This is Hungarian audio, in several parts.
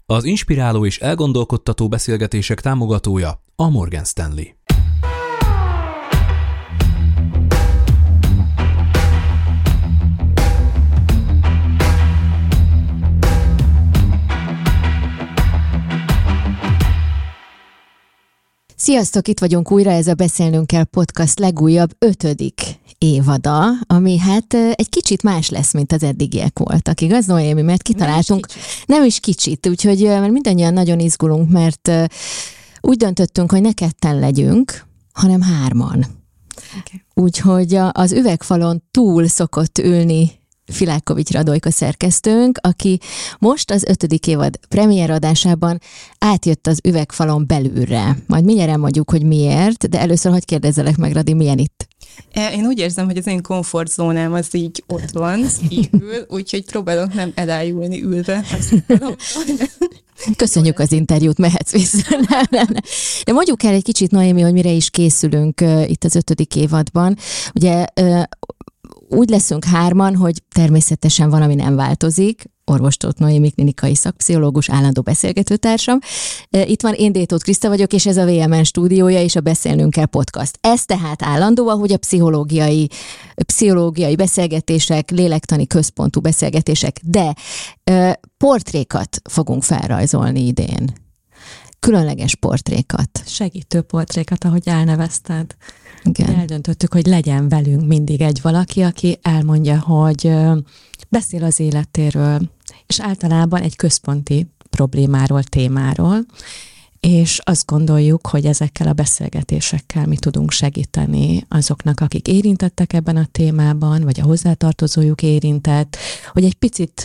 Az inspiráló és elgondolkodtató beszélgetések támogatója a Morgan Stanley. Sziasztok, itt vagyunk újra, ez a Beszélnünk kell podcast legújabb 5. évada, ami hát egy kicsit más lesz, mint az eddigiek voltak, igaz, Noémi? Mert kitaláltunk, nem is kicsit, úgyhogy mert mindannyian nagyon izgulunk, mert úgy döntöttünk, hogy ne ketten legyünk, hanem 3-an. Okay. Úgyhogy az üvegfalon túl szokott ülni Filákovics Radojka szerkesztőnk, aki most az 5. évad premier adásában átjött az üvegfalon belülre. Majd mindjárt elmondjuk, hogy miért, de először hadd kérdezzelek meg, Radi, milyen itt? Én úgy érzem, hogy az én komfortzónám az így ott van, kívül, úgyhogy próbálok nem elájulni ülve. Köszönjük az interjút, mehetsz vissza. De mondjuk el egy kicsit, Noémi, hogy mire is készülünk itt az 5. évadban. Ugye úgy leszünk 3-an, hogy természetesen valami nem változik. Orvos Tóth Noémi, klinikai szakpszichológus, állandó beszélgetőtársam. Itt van, én Détóth Kriszta vagyok, és ez a VMN stúdiója és a Beszélnünk kell podcast. Ez tehát állandó, ahogy a pszichológiai beszélgetések, lélektani központú beszélgetések, de portrékat fogunk felrajzolni idén. Különleges portrékat. Segítő portrékat, ahogy elnevezted. Igen. Eldöntöttük, hogy legyen velünk mindig egy valaki, aki elmondja, hogy beszél az életéről, és általában egy központi problémáról, témáról, és azt gondoljuk, hogy ezekkel a beszélgetésekkel mi tudunk segíteni azoknak, akik érintettek ebben a témában, vagy a hozzátartozójuk érintett, hogy egy picit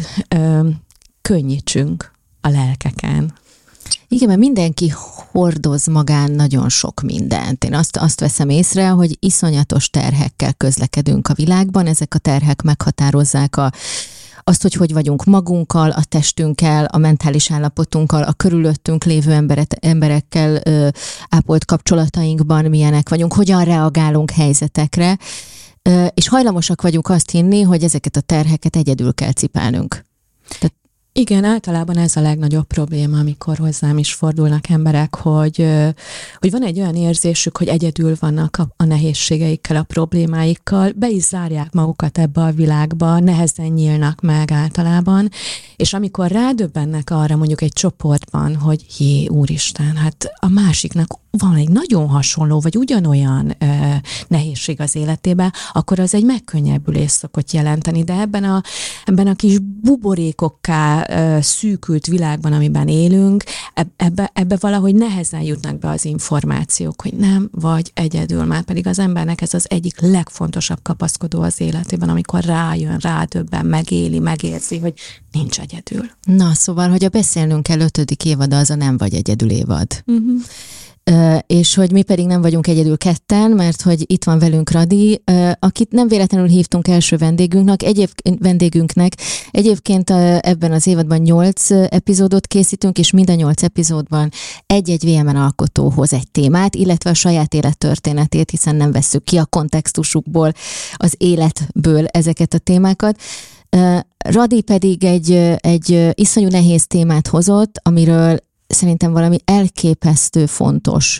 könnyítsünk a lelkeken. Igen, mert mindenki hordoz magán nagyon sok mindent. Én azt veszem észre, hogy iszonyatos terhekkel közlekedünk a világban, ezek a terhek meghatározzák azt, hogy vagyunk magunkkal, a testünkkel, a mentális állapotunkkal, a körülöttünk lévő emberekkel ápolt kapcsolatainkban milyenek vagyunk, hogyan reagálunk helyzetekre, és hajlamosak vagyunk azt hinni, hogy ezeket a terheket egyedül kell cipelnünk. Igen, általában ez a legnagyobb probléma, amikor hozzám is fordulnak emberek, hogy van egy olyan érzésük, hogy egyedül vannak a nehézségeikkel, a problémáikkal, be is zárják magukat ebbe a világba, nehezen nyílnak meg általában, és amikor rádöbbennek arra mondjuk egy csoportban, hogy úristen, hát a másiknak van egy nagyon hasonló, vagy ugyanolyan nehézség az életében, akkor az egy megkönnyebbülést szokott jelenteni, de ebben a kis buborékokká szűkült világban, amiben élünk, ebbe valahogy nehezen jutnak be az információk, hogy nem vagy egyedül, már pedig az embernek ez az egyik legfontosabb kapaszkodó az életében, amikor rájön, rádöbben, megéli, megérzi, hogy nincs egyedül. Na, szóval, hogy a Beszélnünk kell 5. évada az a nem vagy egyedül évad. Uh-huh. És hogy mi pedig nem vagyunk egyedül ketten, mert hogy itt van velünk Radi, akit nem véletlenül hívtunk első vendégünknek. Egyébként ebben az évadban 8 epizódot készítünk, és mind a 8 epizódban egy-egy VMN alkotóhoz egy témát, illetve a saját élettörténetét, hiszen nem vesszük ki a kontextusukból, az életből ezeket a témákat. Radi pedig egy iszonyú nehéz témát hozott, amiről szerintem valami elképesztő fontos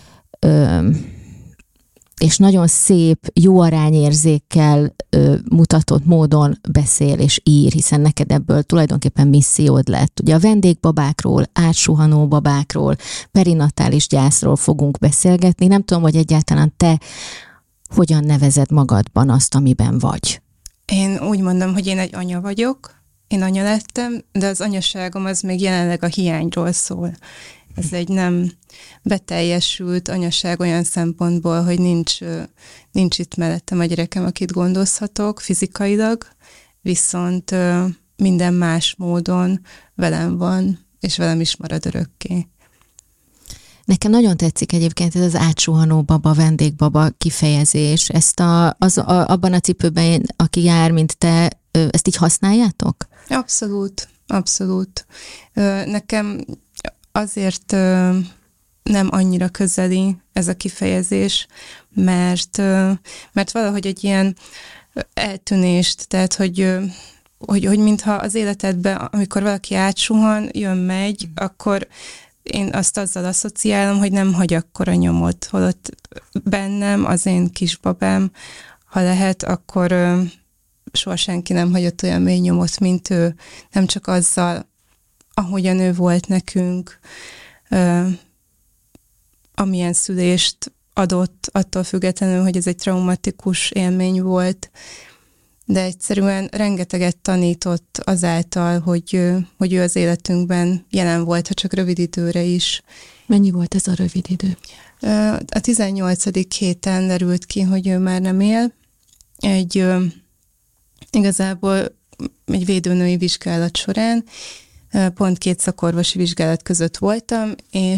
és nagyon szép, jó arányérzékkel mutatott módon beszél és ír, hiszen neked ebből tulajdonképpen missziód lett. Ugye a vendégbabákról, átsuhanó babákról, perinatális gyászról fogunk beszélgetni. Nem tudom, hogy egyáltalán te hogyan nevezed magadban azt, amiben vagy. Én úgy mondom, hogy én egy anya vagyok, én anya lettem, de az anyaságom az még jelenleg a hiányról szól. Ez egy nem beteljesült anyaság olyan szempontból, hogy nincs itt mellettem a gyerekem, akit gondozhatok fizikailag, viszont minden más módon velem van, és velem is marad örökké. Nekem nagyon tetszik egyébként ez az átsuhanó baba, vendégbaba kifejezés. Ezt abban a cipőben, aki jár, mint te, ezt így használjátok? Abszolút, abszolút. Nekem azért nem annyira közeli ez a kifejezés, mert valahogy egy ilyen eltűnést, tehát hogy hogy mintha az életedben, amikor valaki átsuhan, jön-megy, akkor én azt azzal asszociálom, hogy nem hagy akkora nyomot, holott bennem, az én kisbabám, ha lehet, akkor soha senki nem hagyott olyan mély nyomot, mint ő. Nem csak azzal, ahogyan ő volt nekünk, amilyen szülést adott, attól függetlenül, hogy ez egy traumatikus élmény volt, de egyszerűen rengeteget tanított azáltal, hogy ő az életünkben jelen volt, ha csak rövid időre is. Mennyi volt ez a rövid idő? A 18. héten derült ki, hogy ő már nem él. Igazából egy védőnői vizsgálat során, pont 2 szakorvosi vizsgálat között voltam,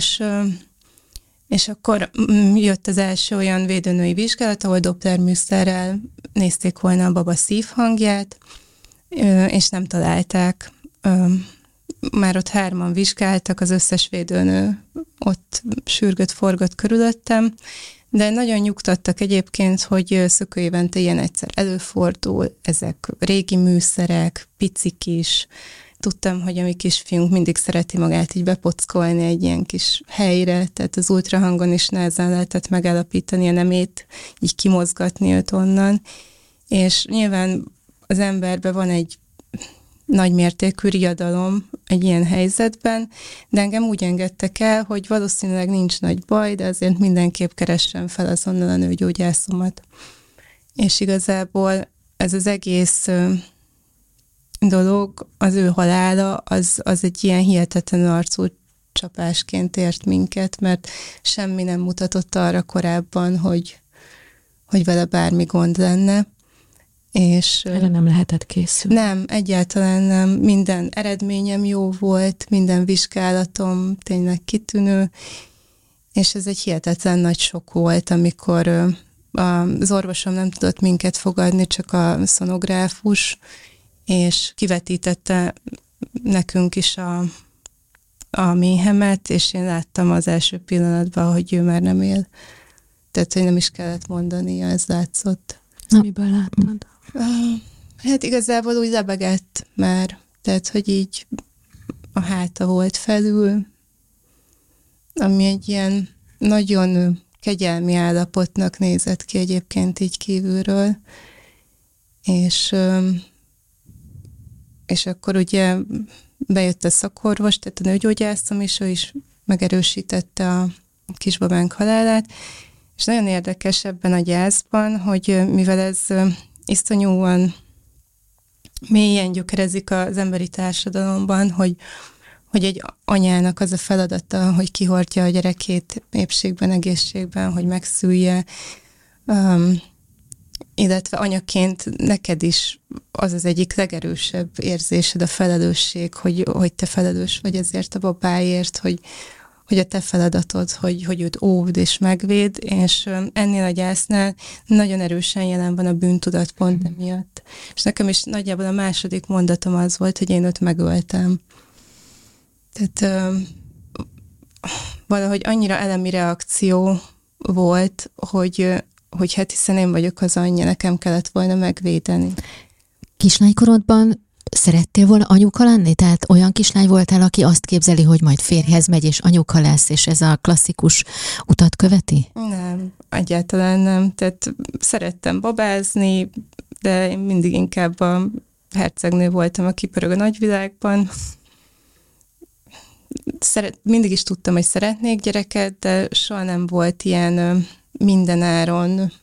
és akkor jött az első olyan védőnői vizsgálat, ahol Doppler műszerrel nézték volna a baba szívhangját, és nem találták. Már ott 3-an vizsgáltak, az összes védőnő ott sürgött-forgott körülöttem, de nagyon nyugtattak egyébként, hogy szökőévente ilyen egyszer előfordul, ezek régi műszerek, picik is. Tudtam, hogy a mi kisfiunk mindig szereti magát így bepockolni egy ilyen kis helyre, tehát az ultrahangon is nehezen lehetett megállapítani a nemét, így kimozgatni őt onnan. És nyilván az emberben van egy nagymértékű riadalom egy ilyen helyzetben, de engem úgy engedtek el, hogy valószínűleg nincs nagy baj, de azért mindenképp keressem fel azonnal a nőgyógyászomat. És igazából ez az egész dolog, az ő halála, az egy ilyen hihetetlen arcú csapásként ért minket, mert semmi nem mutatott arra korábban, hogy vele bármi gond lenne. És erre nem lehetett készülni. Nem, egyáltalán nem. Minden eredményem jó volt, minden vizsgálatom tényleg kitűnő, és ez egy hihetetlen nagy sok volt, amikor az orvosom nem tudott minket fogadni, csak a szonográfus, és kivetítette nekünk is a méhemet, és én láttam az első pillanatban, hogy ő már nem él. Tehát, hogy nem is kellett mondania, ez látszott. Miből láttad? Hát igazából úgy lebegett már, tehát, hogy így a háta volt felül, ami egy ilyen nagyon kegyelmi állapotnak nézett ki egyébként így kívülről, és akkor ugye bejött a szakorvos, tehát a nőgyógyászom, és ő is megerősítette a kisbabánk halálát, és nagyon érdekes ebben a gyászban, hogy mivel ez iszonyúan mélyen gyökerezik az emberi társadalomban, hogy egy anyának az a feladata, hogy kihordja a gyerekét épségben, egészségben, hogy megszülje, illetve anyaként neked is az az egyik legerősebb érzésed, a felelősség, hogy te felelős vagy ezért a babáért, hogy a te feladatod, hogy őt óvd és megvéd, és ennél a gyásznál nagyon erősen jelen van a bűntudat pont emiatt. És nekem is nagyjából a második mondatom az volt, hogy én őt megöltem. Tehát valahogy annyira elemi reakció volt, hogy hát hiszen én vagyok az anyja, nekem kellett volna megvédeni. Kislánykorodban szerettél volna anyuka lenni? Tehát olyan kislány voltál, aki azt képzeli, hogy majd férjhez megy, és anyuka lesz, és ez a klasszikus utat követi? Nem, egyáltalán nem. Tehát szerettem babázni, de én mindig inkább a hercegnő voltam, aki pörög a nagyvilágban. Mindig is tudtam, hogy szeretnék gyereket, de soha nem volt ilyen mindenáron,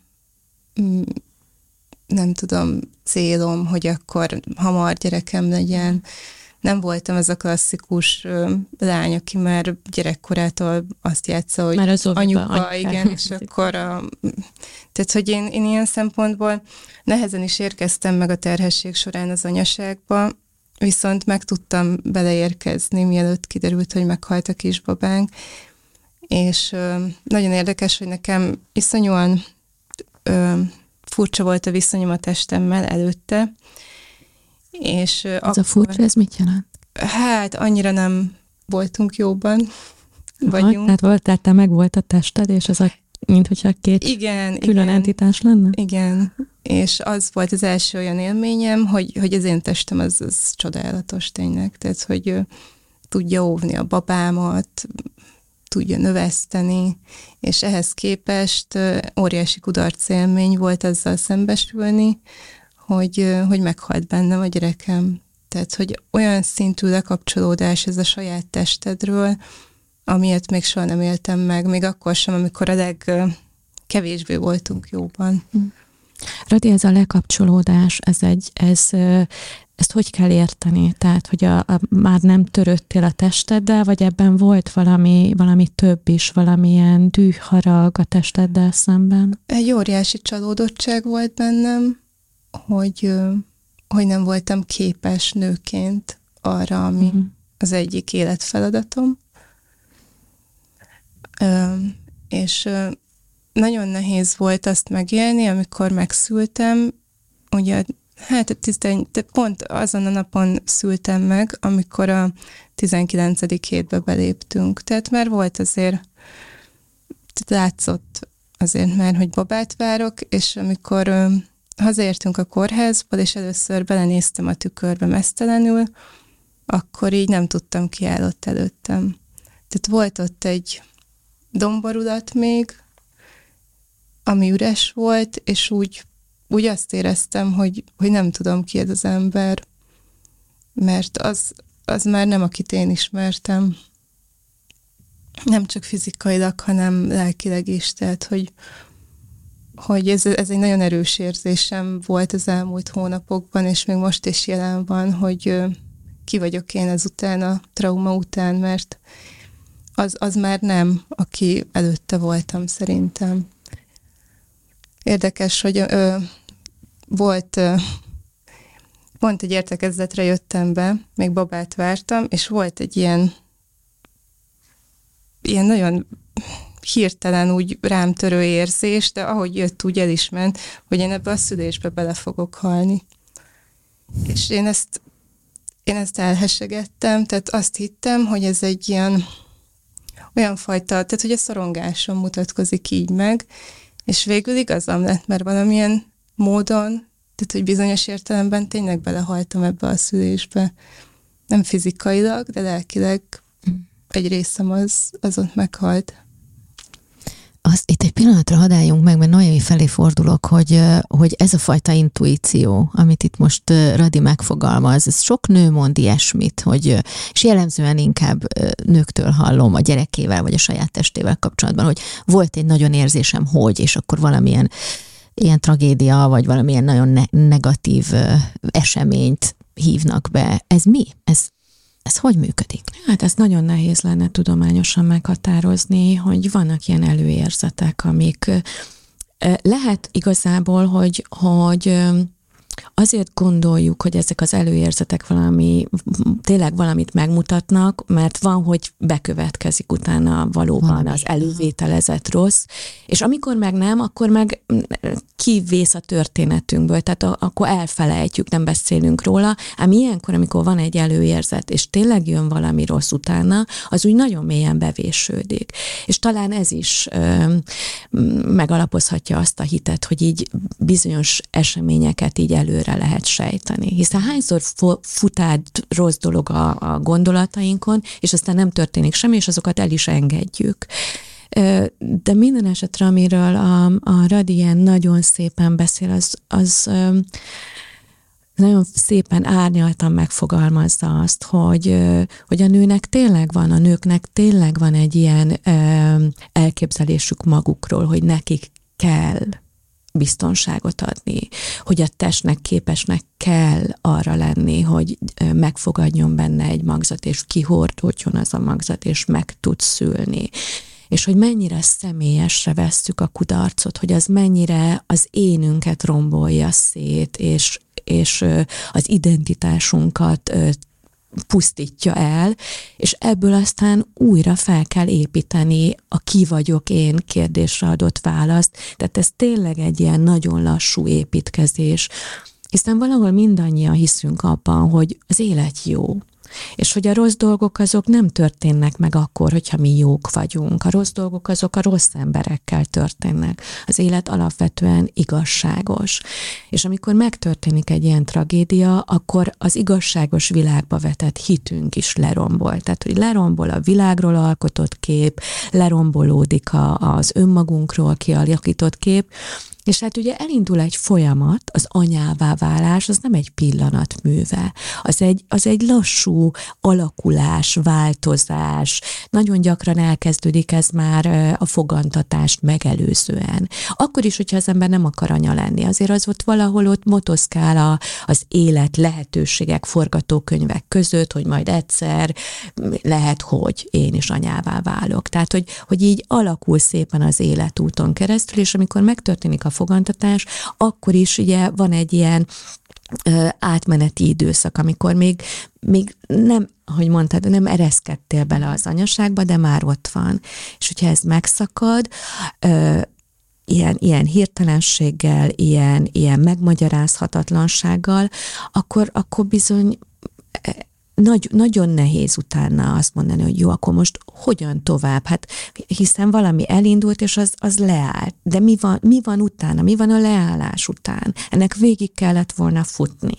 nem tudom, célom, hogy akkor hamar gyerekem legyen. Nem voltam az a klasszikus lány, aki már gyerekkorától azt játsza, hogy anyuka, igen, és akkor tehát, hogy én ilyen szempontból nehezen is érkeztem meg a terhesség során az anyaságba, viszont meg tudtam beleérkezni, mielőtt kiderült, hogy meghalt a kisbabánk, és nagyon érdekes, hogy nekem iszonyúan furcsa volt a viszonyom a testemmel előtte. És ez akkor, a furcsa, ez mit jelent? Hát annyira nem voltunk jóban vagyunk. Tehát te meg volt a tested, és ez a Mint hogyha két külön entitás lenne? Igen, és az volt az első olyan élményem, hogy az én testem az csodálatos tényleg, tehát hogy tudja óvni a babámat, tudja növeszteni, és ehhez képest óriási kudarc élmény volt azzal szembesülni, hogy meghalt bennem a gyerekem. Tehát, hogy olyan szintű lekapcsolódás ez a saját testedről, amilyet még soha nem éltem meg, még akkor sem, amikor a legkevésbé voltunk jóban. Radi, ez a lekapcsolódás, ezt hogy kell érteni? Tehát, hogy már nem törődtél a testeddel, vagy ebben volt valami több is, valamilyen dühharag a testeddel szemben? Egy óriási csalódottság volt bennem, hogy nem voltam képes nőként arra, ami az egyik életfeladatom. És nagyon nehéz volt azt megélni, amikor megszültem, ugye pont azon a napon szültem meg, amikor a 19. hétbe beléptünk. Tehát már volt azért, látszott azért már, hogy babát várok, és amikor hazaértünk a kórházból, és először belenéztem a tükörbe meztelenül, akkor így nem tudtam, ki állott előttem. Tehát volt ott egy domborulat még, ami üres volt, és úgy azt éreztem, hogy nem tudom, ki ez az ember, mert az már nem, akit én ismertem. Nem csak fizikailag, hanem lelkileg is, tehát, hogy ez egy nagyon erős érzésem volt az elmúlt hónapokban, és még most is jelen van, hogy ki vagyok én ezután, a trauma után, mert az már nem, aki előtte voltam szerintem. Érdekes, hogy pont egy értekezletre jöttem be, még babát vártam, és volt egy ilyen nagyon hirtelen úgy rám törő érzés, de ahogy jött, úgy el is ment, hogy én ebbe a szülésbe bele fogok halni. És én ezt elhessegettem, tehát azt hittem, hogy ez egy olyan fajta, tehát hogy a szorongásom mutatkozik így meg, és végül igazam lett, mert valamilyen módon, tehát hogy bizonyos értelemben tényleg belehaltam ebbe a szülésbe. Nem fizikailag, de lelkileg egy részem az ott meghalt. Itt egy pillanatra hadd álljunk meg, mert Noémi felé fordulok, hogy ez a fajta intuíció, amit itt most Radi megfogalmaz, ez sok nő mond ilyesmit, és jellemzően inkább nőktől hallom a gyerekével, vagy a saját testével kapcsolatban, hogy volt egy nagyon érzésem, és akkor valamilyen ilyen tragédia, vagy valamilyen nagyon negatív eseményt hívnak be. Ez mi? Ez hogy működik? Hát ez nagyon nehéz lenne tudományosan meghatározni, hogy vannak ilyen előérzetek, amik lehet igazából, hogy azért gondoljuk, hogy ezek az előérzetek tényleg valamit megmutatnak, mert van, hogy bekövetkezik utána valóban az elővételezett rossz, és amikor meg nem, akkor meg kivész a történetünkből, tehát akkor elfelejtjük, nem beszélünk róla, ám ilyenkor, amikor van egy előérzet, és tényleg jön valami rossz utána, az úgy nagyon mélyen bevésődik. És talán ez is megalapozhatja azt a hitet, hogy így bizonyos eseményeket így előre lehet sejteni. Hiszen hányszor fut át rossz dolog a gondolatainkon, és aztán nem történik semmi, és azokat el is engedjük. De minden esetre, amiről a Radi ilyen nagyon szépen beszél, az nagyon szépen árnyaltan megfogalmazza azt, hogy a nőknek tényleg van egy ilyen elképzelésük magukról, hogy nekik kell biztonságot adni, hogy a testnek képesnek kell arra lenni, hogy megfogadjon benne egy magzat, és kihordódjon az a magzat, és meg tud szülni. És hogy mennyire személyesre vesszük a kudarcot, hogy az mennyire az énünket rombolja szét, és az identitásunkat pusztítja el, és ebből aztán újra fel kell építeni a ki vagyok én kérdésre adott választ. Tehát ez tényleg egy ilyen nagyon lassú építkezés, Hiszen valahol mindannyian hiszünk abban, hogy az élet jó. És hogy a rossz dolgok azok nem történnek meg akkor, hogyha mi jók vagyunk. A rossz dolgok azok a rossz emberekkel történnek. Az élet alapvetően igazságos. És amikor megtörténik egy ilyen tragédia, akkor az igazságos világba vetett hitünk is lerombol. Tehát, hogy lerombol a világról alkotott kép, lerombolódik az önmagunkról kialakított kép, és hát ugye elindul egy folyamat, az anyává válás, az nem egy pillanat műve. Az egy lassú alakulás, változás. Nagyon gyakran elkezdődik ez már a fogantatást megelőzően. Akkor is, hogyha az ember nem akar anya lenni, azért az ott valahol ott motoszkál az élet lehetőségek, forgatókönyvek között, hogy majd egyszer lehet, hogy én is anyává válok. Tehát, hogy így alakul szépen az életúton keresztül, és amikor megtörténik a fogantatás, akkor is ugye van egy ilyen átmeneti időszak, amikor még nem, ahogy mondtad, nem ereszkedtél bele az anyaságba, de már ott van. És hogyha ez megszakad, ilyen hirtelenséggel, ilyen megmagyarázhatatlansággal, akkor bizony nagyon nehéz utána azt mondani, hogy jó, akkor most hogyan tovább? Hát hiszen valami elindult, és az leállt. De mi van utána? Mi van a leállás után? Ennek végig kellett volna futni.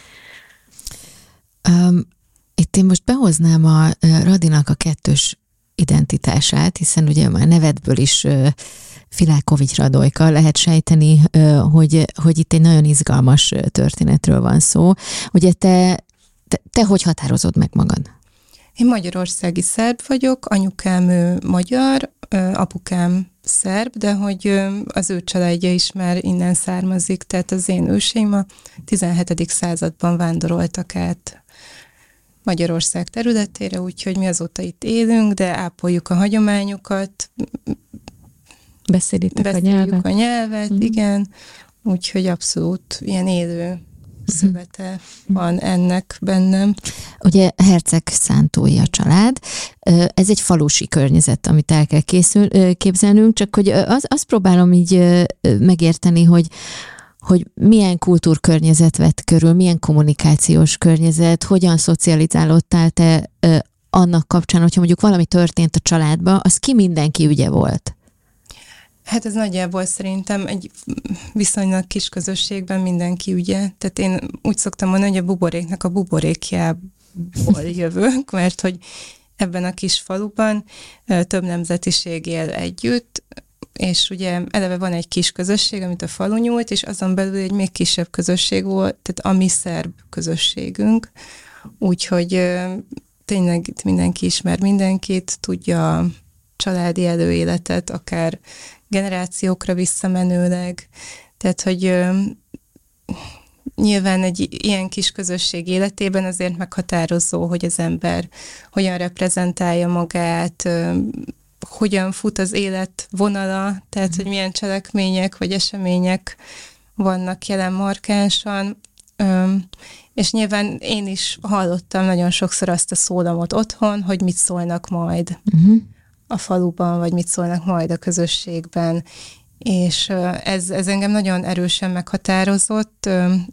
Itt én most behoznám a Radinak a kettős identitását, hiszen ugye már nevedből is Világkovics Radojka, lehet sejteni, hogy itt egy nagyon izgalmas történetről van szó. Ugye te hogy határozod meg magad? Én magyarországi szerb vagyok, anyukám magyar, apukám szerb, de hogy az ő családja is már innen származik, tehát az én őseim a 17. században vándoroltak át Magyarország területére, úgyhogy mi azóta itt élünk, de ápoljuk a hagyományokat. Beszéljük a nyelvet, igen, úgyhogy abszolút ilyen élő szövete van ennek bennem. Ugye Herceg Szántói a család, ez egy falusi környezet, amit el kell képzelnünk, csak hogy azt próbálom így megérteni, hogy milyen kultúrkörnyezet vett körül, milyen kommunikációs környezet, hogyan szocializálódtál te annak kapcsán, hogyha mondjuk valami történt a családba, az ki mindenki ügye volt? Hát ez nagyjából szerintem egy viszonylag kis közösségben mindenki ügye. Tehát én úgy szoktam mondani, hogy a buboréknak a buborékjából jövök, mert hogy ebben a kis faluban több nemzetiség él együtt, és ugye eleve van egy kis közösség, amit a falu nyújt, és azon belül egy még kisebb közösség volt, tehát a mi szerb közösségünk. Úgyhogy tényleg mindenki ismer mindenkit, tudja a családi előéletet, akár generációkra visszamenőleg. Tehát, hogy nyilván egy ilyen kis közösség életében azért meghatározó, hogy az ember hogyan reprezentálja magát, hogyan fut az élet vonala, tehát, hogy milyen cselekmények vagy események vannak jelen markánsan. És nyilván én is hallottam nagyon sokszor azt a szólamot otthon, hogy mit szólnak majd a faluban, vagy mit szólnak majd a közösségben. És ez engem nagyon erősen meghatározott.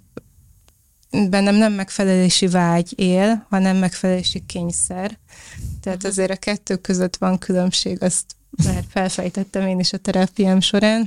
Bennem nem megfelelési vágy él, hanem megfelelési kényszer. Tehát azért a kettő között van különbség, azt már felfejtettem én is a terápiám során.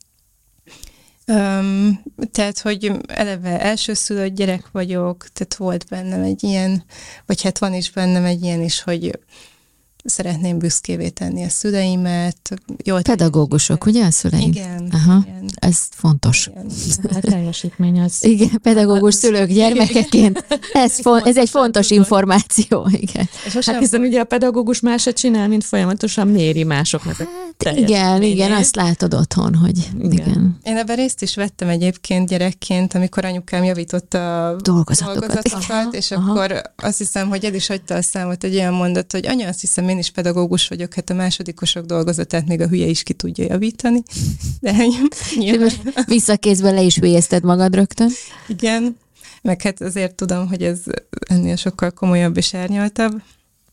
Tehát, hogy eleve elsőszülött gyerek vagyok, tehát volt bennem egy ilyen, vagy hát van is bennem egy ilyen is, hogy szeretném büszkévé tenni a szüleimet. Pedagógusok, ugye a szüleim? Igen. Aha, igen. Ez fontos. Igen. A teljesítmény az... Igen, pedagógus szülők gyermekeként. Ez egy fontos információ. Igen. Hát hiszen ugye a pedagógus másat csinál, mint folyamatosan méri másoknak. Hát igen, azt látod otthon, hogy igen. Én ebben részt is vettem egyébként gyerekként, amikor anyukám javította a dolgozatokat, és akkor azt hiszem, hogy el is hagyta a számot egy olyan mondat, hogy anya, azt hiszem, én is pedagógus vagyok, hát a másodikosok dolgozatát még a hülye is ki tudja javítani. De nyilván... Visszakézben le is véjezted magad rögtön. Igen, meg hát azért tudom, hogy ez ennél sokkal komolyabb és árnyaltabb.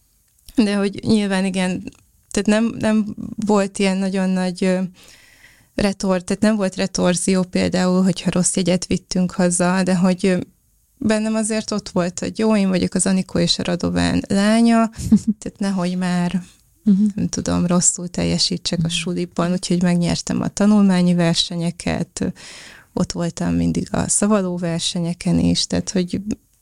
De hogy nyilván igen, tehát nem volt ilyen nagyon nagy tehát nem volt retorzió például, hogyha rossz jegyet vittünk haza, de hogy bennem azért ott volt, hogy jó, én vagyok az Anikó és a Radován lánya, tehát nehogy már nem tudom, rosszul teljesítsek a suliban, úgyhogy megnyertem a tanulmányi versenyeket, ott voltam mindig a szavaló versenyeken is, tehát hogy...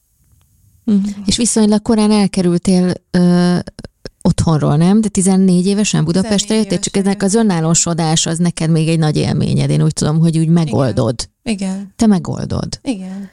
És viszonylag korán elkerültél otthonról, nem? De 14 évesen Budapestre jöttél, csak ennek az önállósodás az neked még egy nagy élményed. Én úgy tudom, hogy úgy megoldod. Igen. Te megoldod. Igen.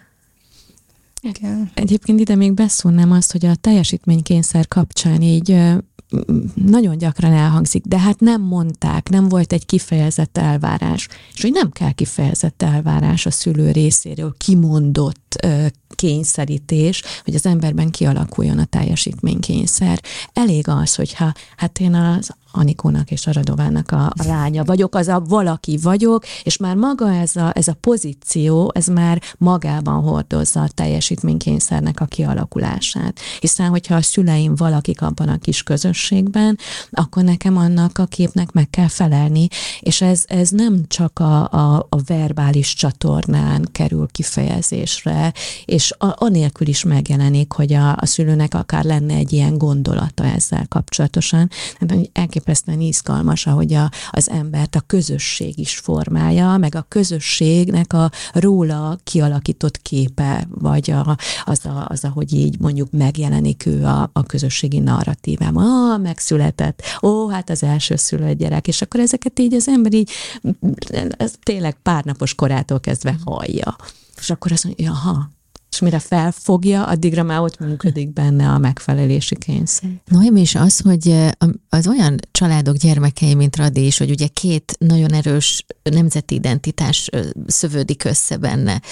Egyébként ide még beszólnám azt, hogy a teljesítménykényszer kapcsán így nagyon gyakran elhangzik, de hát nem mondták, nem volt egy kifejezett elvárás. És hogy nem kell kifejezett elvárás a szülő részéről, kimondott kényszerítés, hogy az emberben kialakuljon a teljesítménykényszer. Elég az, hogyha hát én az Anikónak és a Radovának a lánya vagyok, az a valaki vagyok, és már maga ez a pozíció, ez már magában hordozza a teljesítménykényszernek a kialakulását. Hiszen, hogyha a szüleim valakik abban a kis közösségben, akkor nekem annak a képnek meg kell felelni, és ez nem csak a verbális csatornán kerül kifejezésre, és anélkül is megjelenik, hogy a szülőnek akár lenne egy ilyen gondolata ezzel kapcsolatosan. Elképesztően izgalmas, ahogy az embert a közösség is formálja, meg a közösségnek a róla kialakított képe, vagy az, ahogy így mondjuk megjelenik ő a közösségi narratívában. Megszületett, hát az elsőszülött gyerek, és akkor ezeket így az ember így ez tényleg pár napos korától kezdve hallja. És akkor azt mondja, és mire felfogja, addigra már ott működik benne a megfelelési kényszer. Noémi is az, hogy az olyan családok gyermekei, mint Radi is, hogy ugye két nagyon erős nemzeti identitás szövődik össze benne.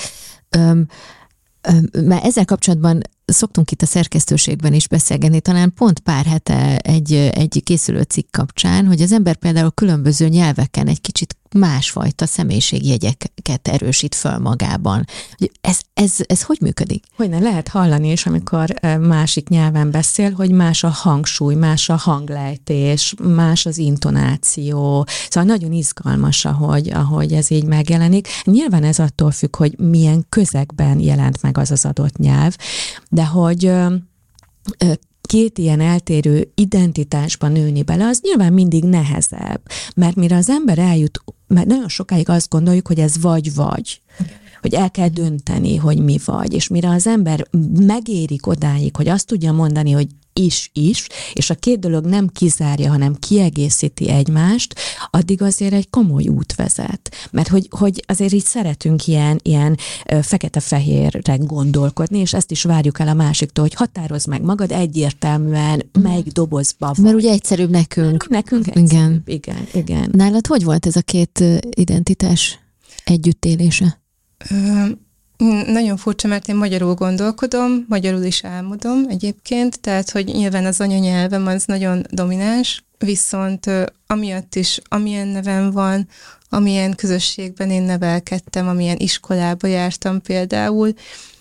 Mert ezzel kapcsolatban szoktunk itt a szerkesztőségben is beszélgetni, talán pont pár hete egy készülő cikk kapcsán, hogy az ember például különböző nyelveken egy kicsit másfajta személyiségjegyeket erősít föl magában. Ez hogy működik? Hogyne lehet hallani is, amikor másik nyelven beszél, hogy más a hangsúly, más a hanglejtés, más az intonáció. Szóval nagyon izgalmas, ahogy ez így megjelenik. Nyilván ez attól függ, hogy milyen közegben jelent meg az adott nyelv, de hogy két ilyen eltérő identitásban nőni bele, az nyilván mindig nehezebb. Mert mire az ember eljut, mert nagyon sokáig azt gondoljuk, hogy ez vagy-vagy. Hogy el kell dönteni, hogy mi vagy. És mire az ember megérik odáig, hogy azt tudja mondani, hogy is, és a két dolog nem kizárja, hanem kiegészíti egymást, addig azért egy komoly út vezet. Mert hogy azért így szeretünk ilyen fekete-fehérre gondolkodni, és ezt is várjuk el a másiktól, hogy határozd meg magad egyértelműen, melyik dobozba vagy. Mert ugye egyszerűbb nekünk. Nekünk egyszerűbb, igen. Nálad hogy volt ez a két identitás együttélése? Nagyon furcsa, mert én magyarul gondolkodom, magyarul is álmodom egyébként, tehát, hogy nyilván az anyanyelvem az nagyon domináns, viszont amiatt is, amilyen nevem van, amilyen közösségben én nevelkedtem, amilyen iskolába jártam például,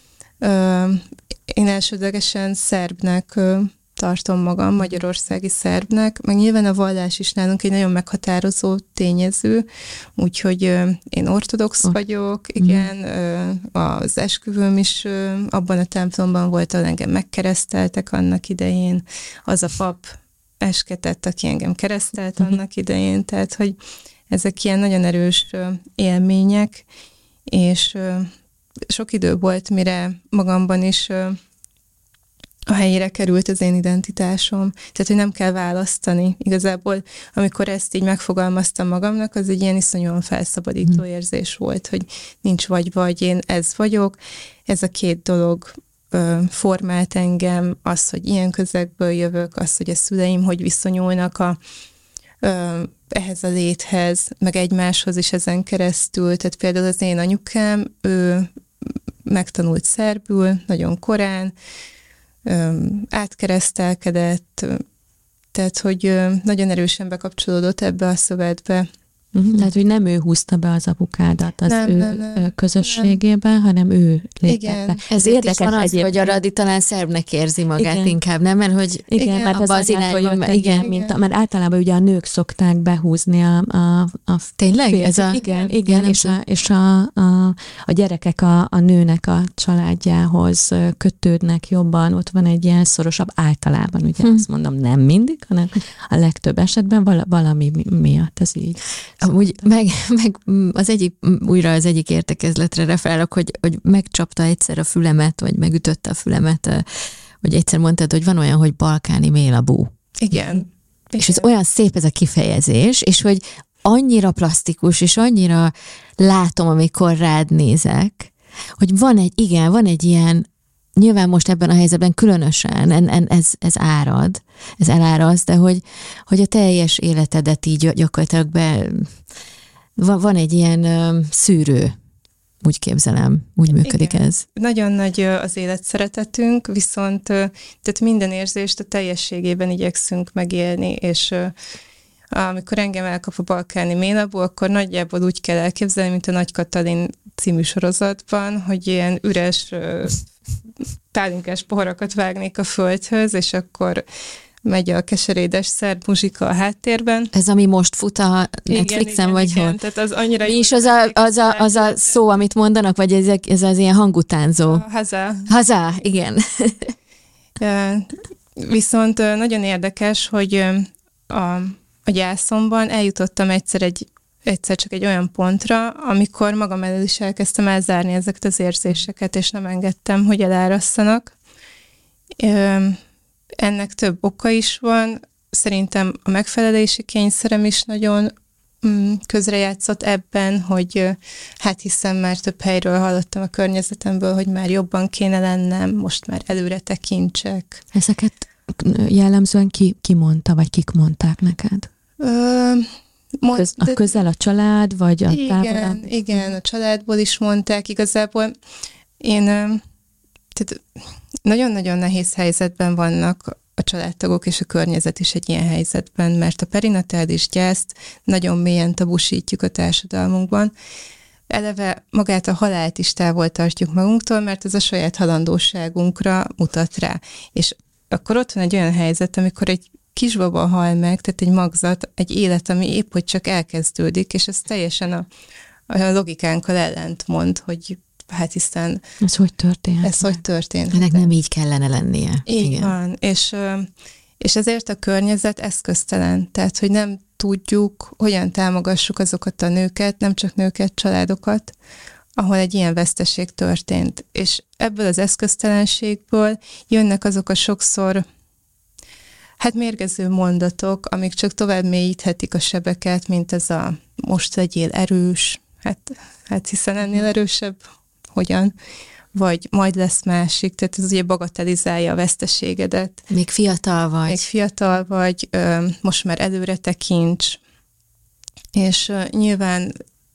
én elsődlegesen szerbnek tartom magam, magyarországi szerbnek, meg nyilván a vallás is nálunk egy nagyon meghatározó tényező, úgyhogy én ortodox vagyok, igen, az esküvőm is abban a templomban volt, ahol engem megkereszteltek annak idején, az a pap esketett, aki engem keresztelt annak idején, tehát, hogy ezek ilyen nagyon erős élmények, és sok idő volt, mire magamban is a helyére került az én identitásom. Tehát, hogy nem kell választani. Igazából, amikor ezt így megfogalmaztam magamnak, az egy ilyen iszonyúan felszabadító érzés volt, hogy nincs vagy, én ez vagyok. Ez a két dolog formált engem, az, hogy ilyen közegből jövök, az, hogy a szüleim hogy viszonyulnak ehhez a léthez, meg egymáshoz is ezen keresztül. Tehát például az én anyukám, ő megtanult szerbül nagyon korán, átkeresztelkedett, tehát hogy nagyon erősen bekapcsolódott ebbe a szövetbe, Tehát, hogy nem ő húzta be az apukádat az ő közösségében, hanem ő lépett be. Ez érdekes van az, hogy a Radi talán szerbnek érzi magát inkább, nem? Mert hogy mert az irányban, mert általában ugye a nők szokták behúzni a tényleg? Igen, és a gyerekek a nőnek a családjához kötődnek jobban, ott van egy ilyen szorosabb általában, ugye azt mondom, nem mindig, hanem a legtöbb esetben valami miatt ez így. Amúgy meg az egyik értekezletre referálok, hogy megcsapta egyszer a fülemet, vagy megütötte a fülemet, hogy egyszer mondtad, hogy van olyan, hogy balkáni mélabú. Igen. És ez olyan szép ez a kifejezés, és hogy annyira plastikus, és annyira látom, amikor rád nézek, hogy van egy ilyen, nyilván most ebben a helyzetben különösen ez árad, ez eláraz, de hogy a teljes életedet így gyakorlatilag van egy ilyen szűrő, úgy képzelem, úgy működik. Igen. Ez. Nagyon nagy az életszeretetünk, viszont tehát minden érzést a teljességében igyekszünk megélni, és amikor engem elkap a balkáni mélabú, akkor nagyjából úgy kell elképzelni, mint a Nagy Katalin című sorozatban, hogy ilyen üres pálinkás poharakat vágnék a földhöz, és akkor megy a keserédes szerb muzsika a háttérben. Ez, ami most fut a Netflixen, vagy hol? Tehát az annyira mi is az a szó, amit mondanak, vagy ez az ilyen hangutánzó? Hazá, igen. Viszont nagyon érdekes, hogy a gyászomban eljutottam egyszer csak egy olyan pontra, amikor magam elől is elkezdtem elzárni ezeket az érzéseket, és nem engedtem, hogy elárasszanak. Ennek több oka is van. Szerintem a megfelelési kényszerem is nagyon közrejátszott ebben, hogy hát hiszen már több helyről hallottam a környezetemből, hogy már jobban kéne lennem, most már előre tekintsek. Ezeket jellemzően ki mondta, vagy kik mondták neked? A közel a család, vagy a távolabb? Igen, a családból is mondták. Igazából tehát nagyon-nagyon nehéz helyzetben vannak a családtagok és a környezet is egy ilyen helyzetben, mert a perinatális gyászt nagyon mélyen tabusítjuk a társadalmunkban. Eleve magát a halált is távol tartjuk magunktól, mert ez a saját halandóságunkra mutat rá. És akkor ott van egy olyan helyzet, amikor egy kisbaba hal meg, tehát egy magzat, egy élet, ami épp hogy csak elkezdődik, és ez teljesen a logikánkkal ellentmond, hogy hát hiszen... Ez hogy történt? Ennek nem így kellene lennie. Így van, és ezért a környezet eszköztelen, tehát hogy nem tudjuk, hogyan támogassuk azokat a nőket, nem csak nőket, családokat, ahol egy ilyen veszteség történt. És ebből az eszköztelenségből jönnek azok a sokszor mérgező mondatok, amik csak tovább mélyíthetik a sebeket, mint ez a most legyél erős, hát hiszen ennél erősebb, hogyan, vagy majd lesz másik, tehát ez ugye bagatelizálja a veszteségedet. Még fiatal vagy, most már előre tekints, és nyilván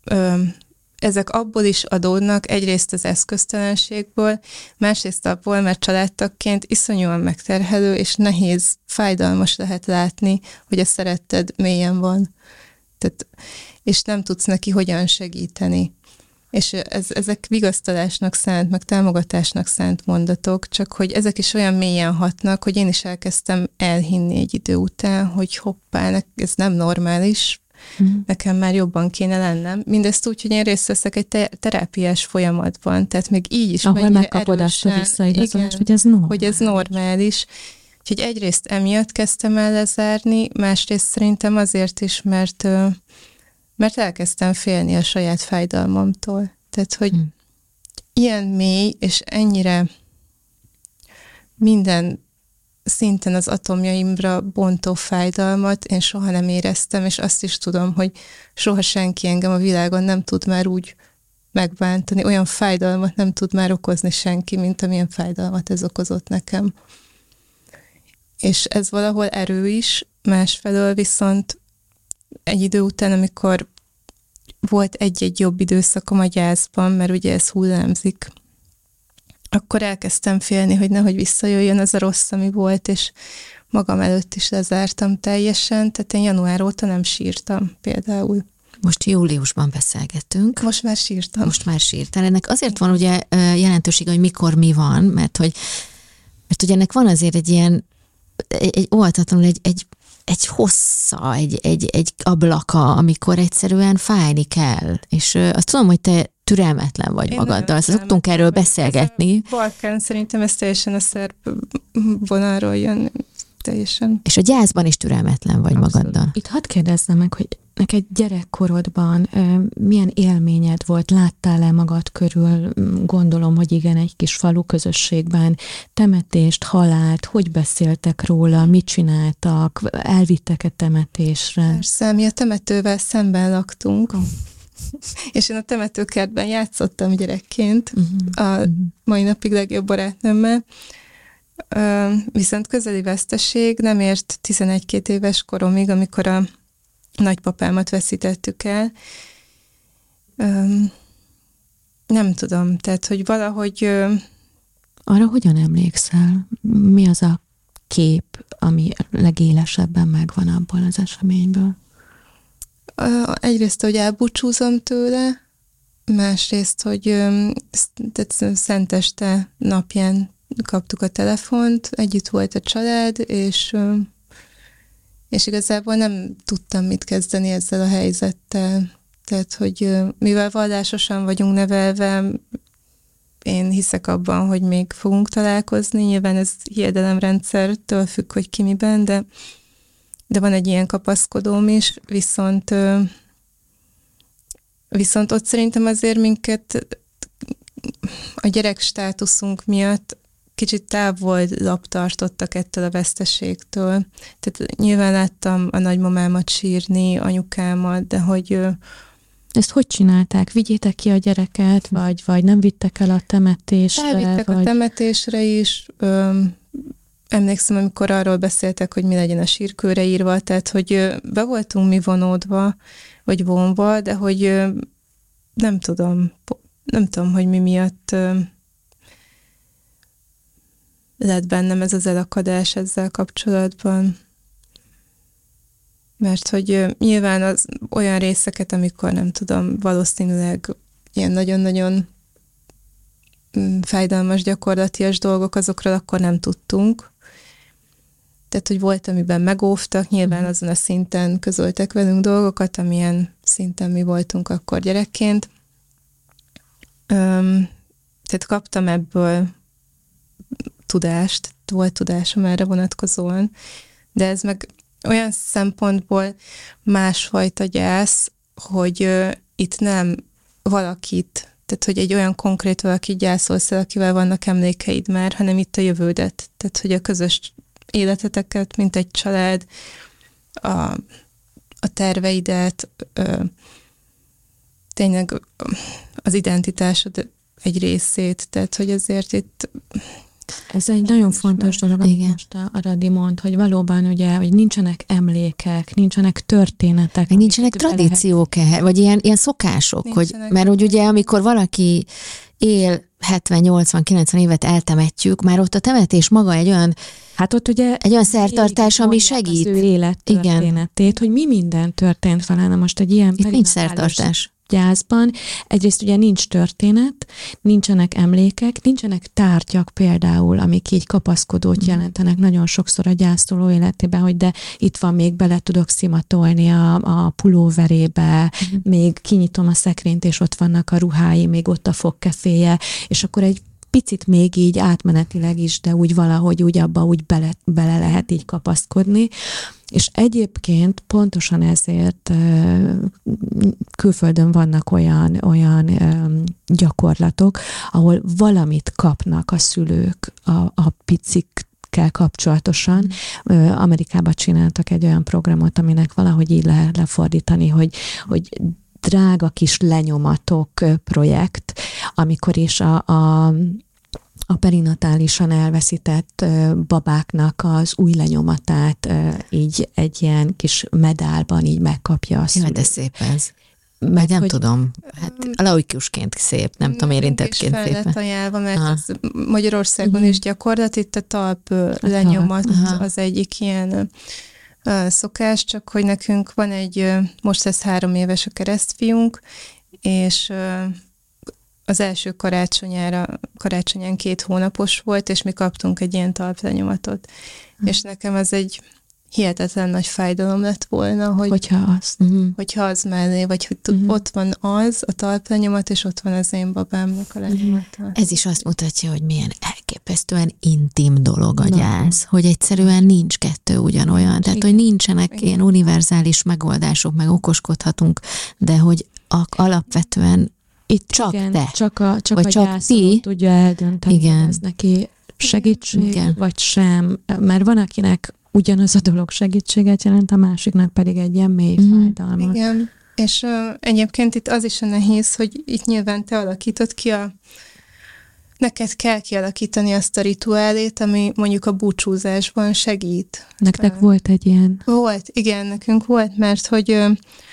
ezek abból is adódnak, egyrészt az eszköztelenségből, másrészt abból, mert családtagként iszonyúan megterhelő, és nehéz, fájdalmas lehet látni, hogy a szeretted mélyen van. Tehát, és nem tudsz neki hogyan segíteni. És ezek vigasztalásnak szánt, meg támogatásnak szánt mondatok, csak hogy ezek is olyan mélyen hatnak, hogy én is elkezdtem elhinni egy idő után, hogy hoppá, ez nem normális, nekem már jobban kéne lennem. Mindezt úgy, hogy én részt veszek egy terápiás folyamatban, tehát még így is ahol megkapod azt a visszaigazolást, hogy ez normális. Hogy ez normális. Úgyhogy egyrészt emiatt kezdtem el lezárni, másrészt szerintem azért is, mert elkezdtem félni a saját fájdalmamtól. Tehát, hogy ilyen mély, és ennyire minden szinten az atomjaimra bontó fájdalmat én soha nem éreztem, és azt is tudom, hogy soha senki engem a világon nem tud már úgy megbántani, olyan fájdalmat nem tud már okozni senki, mint amilyen fájdalmat ez okozott nekem. És ez valahol erő is, másfelől viszont egy idő után, amikor volt egy-egy jobb időszakom a gyászban, mert ugye ez hullámzik, akkor elkezdtem félni, hogy nehogy visszajöjjön az a rossz, ami volt, és magam előtt is lezártam teljesen, tehát én január óta nem sírtam például. Most júliusban beszélgetünk. Most már sírtam. Most már sírtál. Ennek azért van ugye jelentősége, hogy mikor mi van, mert ugye ennek van azért egy ilyen, egy óvatatlanul egy hossza, egy ablaka, amikor egyszerűen fájni kell. És azt tudom, hogy te türelmetlen vagy magaddal. Szoktunk erről beszélgetni. Balkán szerintem ez teljesen a szerb vonalról jön. Teljesen. És a gyászban is türelmetlen vagy magaddal. Itt hadd kérdezzem meg, hogy neked gyerekkorodban milyen élményed volt, láttál-e magad körül, gondolom, hogy igen, egy kis falu közösségben temetést, halált, hogy beszéltek róla, mit csináltak, elvittek-e temetésre? Persze, mi a temetővel szemben laktunk, és én a temetőkertben játszottam gyerekként, a mai napig legjobb barátnőmmel, viszont közeli veszteség nem ért 11-2 éves koromig, amikor a nagypapámat veszítettük el. Nem tudom, tehát, hogy valahogy... Arra hogyan emlékszel? Mi az a kép, ami legélesebben megvan abból az eseményből? Egyrészt, hogy elbúcsúzom tőle, másrészt, hogy szenteste napján kaptuk a telefont, együtt volt a család, és igazából nem tudtam mit kezdeni ezzel a helyzettel. Tehát, hogy mivel vallásosan vagyunk nevelve, én hiszek abban, hogy még fogunk találkozni. Nyilván ez hiedelemrendszertől függ, hogy ki miben, de van egy ilyen kapaszkodóm is, viszont ott szerintem azért minket a gyerek státuszunk miatt kicsit távolabb tartottak ettől a veszteségtől. Tehát nyilván láttam a nagymamámat sírni, anyukámat, de hogy... Ezt hogy csinálták? Vigyétek ki a gyereket, vagy nem vittek el a temetésre? Elvittek vagy... a temetésre is. Emlékszem, amikor arról beszéltek, hogy mi legyen a sírkőre írva, tehát hogy be voltunk mi vonódva, vagy vonva, de hogy nem tudom, hogy mi miatt lett bennem ez az elakadás ezzel kapcsolatban. Mert hogy nyilván az olyan részeket, amikor nem tudom, valószínűleg ilyen nagyon-nagyon fájdalmas gyakorlatias dolgok, azokról akkor nem tudtunk. Tehát, hogy volt, amiben megóvtak, nyilván azon a szinten közöltek velünk dolgokat, amilyen szinten mi voltunk akkor gyerekként. Tehát kaptam ebből tudást, volt tudásom erre vonatkozóan, de ez meg olyan szempontból másfajta gyász, hogy itt nem valakit, tehát hogy egy olyan konkrét valakit gyászolsz el, akivel vannak emlékeid már, hanem itt a jövődet. Tehát, hogy a közös életeteket, mint egy család, a terveidet, tényleg az identitásod egy részét, tehát, hogy azért itt... Ez egy nagyon fontos dolog, amit most a Radi mond, hogy valóban ugye, hogy nincsenek emlékek, nincsenek történetek. Nincsenek tradíciók, vagy ilyen szokások, hogy, mert úgy ugye, amikor valaki él 70-80-90 évet eltemetjük, már ott a temetés maga egy olyan, hát ott ugye egy olyan szertartás, ami segít. Az ő élettörténetét, hogy mi minden történt vele. Na most egy ilyen nincs szertartás. Gyászban. Egyrészt ugye nincs történet, nincsenek emlékek, nincsenek tárgyak például, amik így kapaszkodót jelentenek nagyon sokszor a gyászoló életében, hogy de itt van, még bele tudok szimatolni a pulóverébe, még kinyitom a szekrényt, és ott vannak a ruhái, még ott a fogkeféje, és akkor egy picit még így átmenetileg is, de úgy valahogy úgy abba úgy bele lehet így kapaszkodni. És egyébként pontosan ezért külföldön vannak olyan gyakorlatok, ahol valamit kapnak a szülők a picikkel kapcsolatosan. Amerikában csináltak egy olyan programot, aminek valahogy így lehet lefordítani, hogy drága kis lenyomatok projekt, amikor is a perinatálisan elveszített babáknak az új lenyomatát így egy ilyen kis medálban így megkapja a szülő. Jaj, de szép ez. Meg nem tudom, hát laikusként szép, nem tudom, érintettként szép. Fel lett ajánlva, mert ez Magyarországon is gyakorlat, itt a talp lenyomat az egyik ilyen szokás, csak hogy nekünk van most lesz 3 éves a keresztfiunk, és az első karácsonyán 2 hónapos volt, és mi kaptunk egy ilyen talplenyomatot. És nekem ez egy hihetetlen nagy fájdalom lett volna, hogyha az mellé, vagy hogy ott van az, a talplenyomat, és ott van az én babámnak a lenyomata. Ez is azt mutatja, hogy milyen elképesztően intim dolog a gyász, hogy egyszerűen nincs 2 ugyanolyan, tehát hogy nincsenek ilyen univerzális megoldások, meg okoskodhatunk, de hogy alapvetően itt csak igen, te, csak vagy a csak gyászoló tudja eldönteni, igen. hogy ez neki segítség, vagy sem, mert van, akinek ugyanaz a dolog segítséget jelent, a másiknak pedig egy ilyen mély fájdalmat. Igen, és egyébként itt az is a nehéz, hogy itt nyilván te alakítod ki neked kell kialakítani azt a rituálét, ami mondjuk a búcsúzásban segít. Nektek volt egy ilyen? Volt, igen, nekünk volt, mert hogy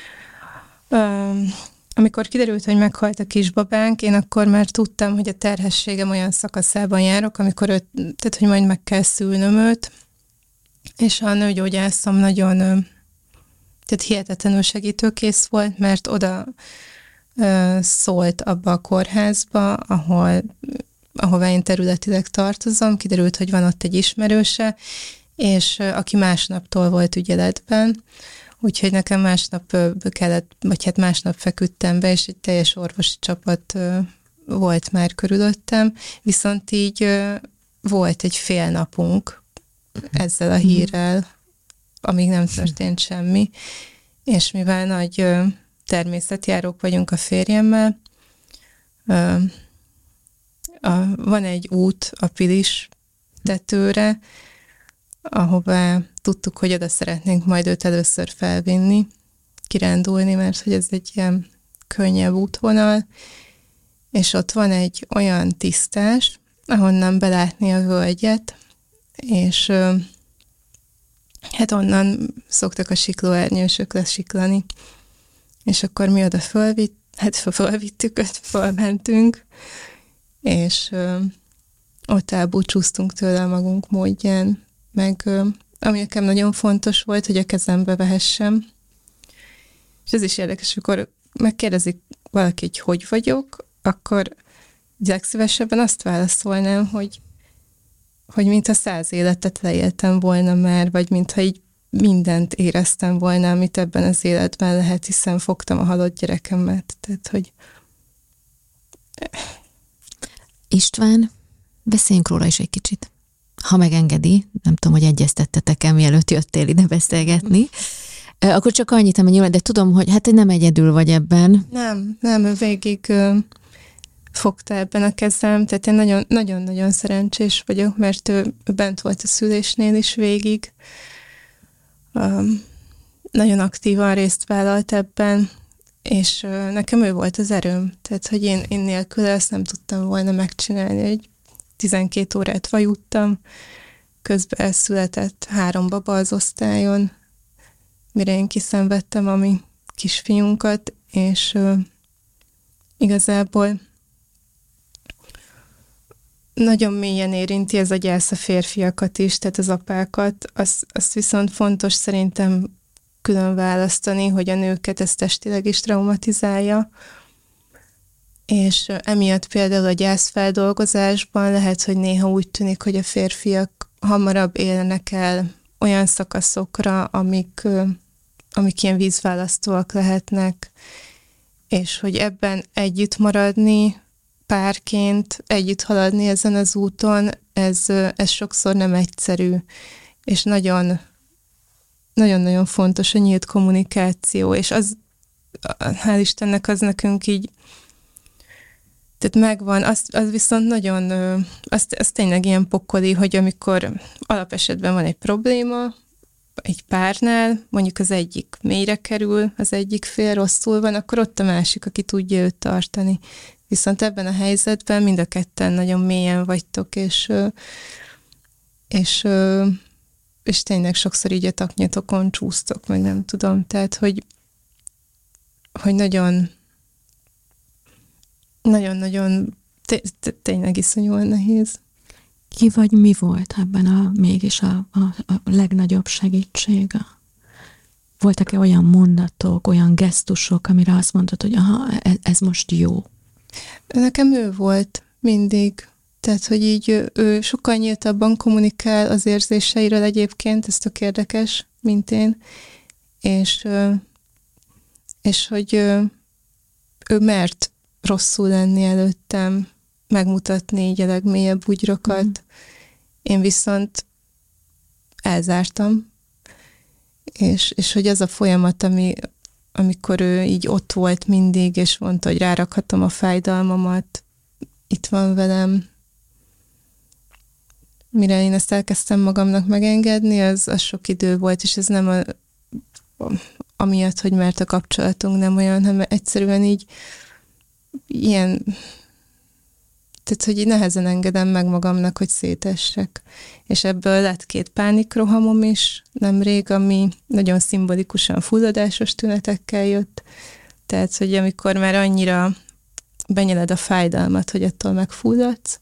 amikor kiderült, hogy meghalt a kisbabánk, én akkor már tudtam, hogy a terhességem olyan szakaszában járok, tehát hogy majd meg kell szülnöm őt, és a nőgyógyászom nagyon, tehát hihetetlenül segítőkész volt, mert oda szólt abba a kórházba, ahová én területileg tartozom, kiderült, hogy van ott egy ismerőse, és aki másnaptól volt ügyeletben, úgyhogy nekem másnap kellett, vagy hát másnap feküdtem be, és egy teljes orvosi csapat volt már körülöttem, viszont így volt egy fél napunk ezzel a hírrel, amíg nem történt semmi, és mivel nagy természetjárók vagyunk a férjemmel, van egy út a Pilis tetőre, ahová tudtuk, hogy oda szeretnénk majd őt először felvinni, kirándulni, mert hogy ez egy ilyen könnyebb útvonal, és ott van egy olyan tisztás, ahonnan belátni a völgyet, és hát onnan szoktak a siklóernyősök lesiklani. És akkor mi oda fölvittük, fölmentünk, és ott elbúcsúztunk tőle a magunk módján, meg ami nekem nagyon fontos volt, hogy a kezembe vehessem. És ez is érdekes, amikor megkérdezik valaki, hogy vagyok, akkor legszívesebben azt válaszolnám, hogy mintha 100 életet leéltem volna már, vagy mintha így mindent éreztem volna, amit ebben az életben lehet, hiszen fogtam a halott gyerekemet. Tehát, hogy... István, beszéljünk róla is egy kicsit. Ha megengedi, nem tudom, hogy egyeztettetek-e, mielőtt jöttél ide beszélgetni, akkor csak annyit, amennyi, de tudom, hogy hát nem egyedül vagy ebben. Nem, végig fogta ebben a kezem, tehát én nagyon-nagyon szerencsés vagyok, mert ő bent volt a szülésnél is végig. Nagyon aktívan részt vállalt ebben, és nekem ő volt az erőm. Tehát, hogy én nélkül ezt nem tudtam volna megcsinálni. Egy 12 órát vajuttam, közben született 3 baba az osztályon, mire én kiszenvedtem a mi kisfiunkat, és igazából nagyon mélyen érinti ez a gyász a férfiakat is, tehát az apákat. Azt viszont fontos szerintem külön választani, hogy a nőket ez testileg is traumatizálja, és emiatt például a gyászfeldolgozásban lehet, hogy néha úgy tűnik, hogy a férfiak hamarabb élnek el olyan szakaszokra, amik ilyen vízválasztóak lehetnek, és hogy ebben együtt maradni, párként együtt haladni ezen az úton, ez sokszor nem egyszerű, és nagyon-nagyon fontos a nyílt kommunikáció, és az, hál' Istennek, az nekünk így, tehát megvan, az viszont nagyon, az tényleg ilyen pokoli, hogy amikor alapesetben van egy probléma, egy párnál, mondjuk az egyik mélyre kerül, az egyik fél rosszul van, akkor ott a másik, aki tudja őt tartani. Viszont ebben a helyzetben mind a ketten nagyon mélyen vagytok, és tényleg sokszor így a taknyatokon csúsztok, meg nem tudom. Tehát, hogy nagyon tényleg iszonyúan nehéz. Ki vagy mi volt ebben mégis a legnagyobb segítség voltak-e olyan mondatok, olyan gesztusok, amire azt mondtad, hogy aha, ez most jó? Nekem ő volt mindig. Tehát, hogy így ő sokkal nyíltabban kommunikál az érzéseiről egyébként, ez tök érdekes, mint én, és hogy ő mert rosszul lenni előttem, megmutatni így a legmélyebb bugyrokat. Én viszont elzártam, és hogy az a folyamat, amikor ő így ott volt mindig, és mondta, hogy rárakhatom a fájdalmamat, itt van velem, mire én ezt elkezdtem magamnak megengedni, az sok idő volt, és ez nem amiatt, hogy mert a kapcsolatunk nem olyan, hanem egyszerűen így ilyen, tehát, hogy így nehezen engedem meg magamnak, hogy szétessek. És ebből lett 2 pánikrohamom is nemrég, ami nagyon szimbolikusan fulladásos tünetekkel jött. Tehát, hogy amikor már annyira benyeled a fájdalmat, hogy attól megfulladsz,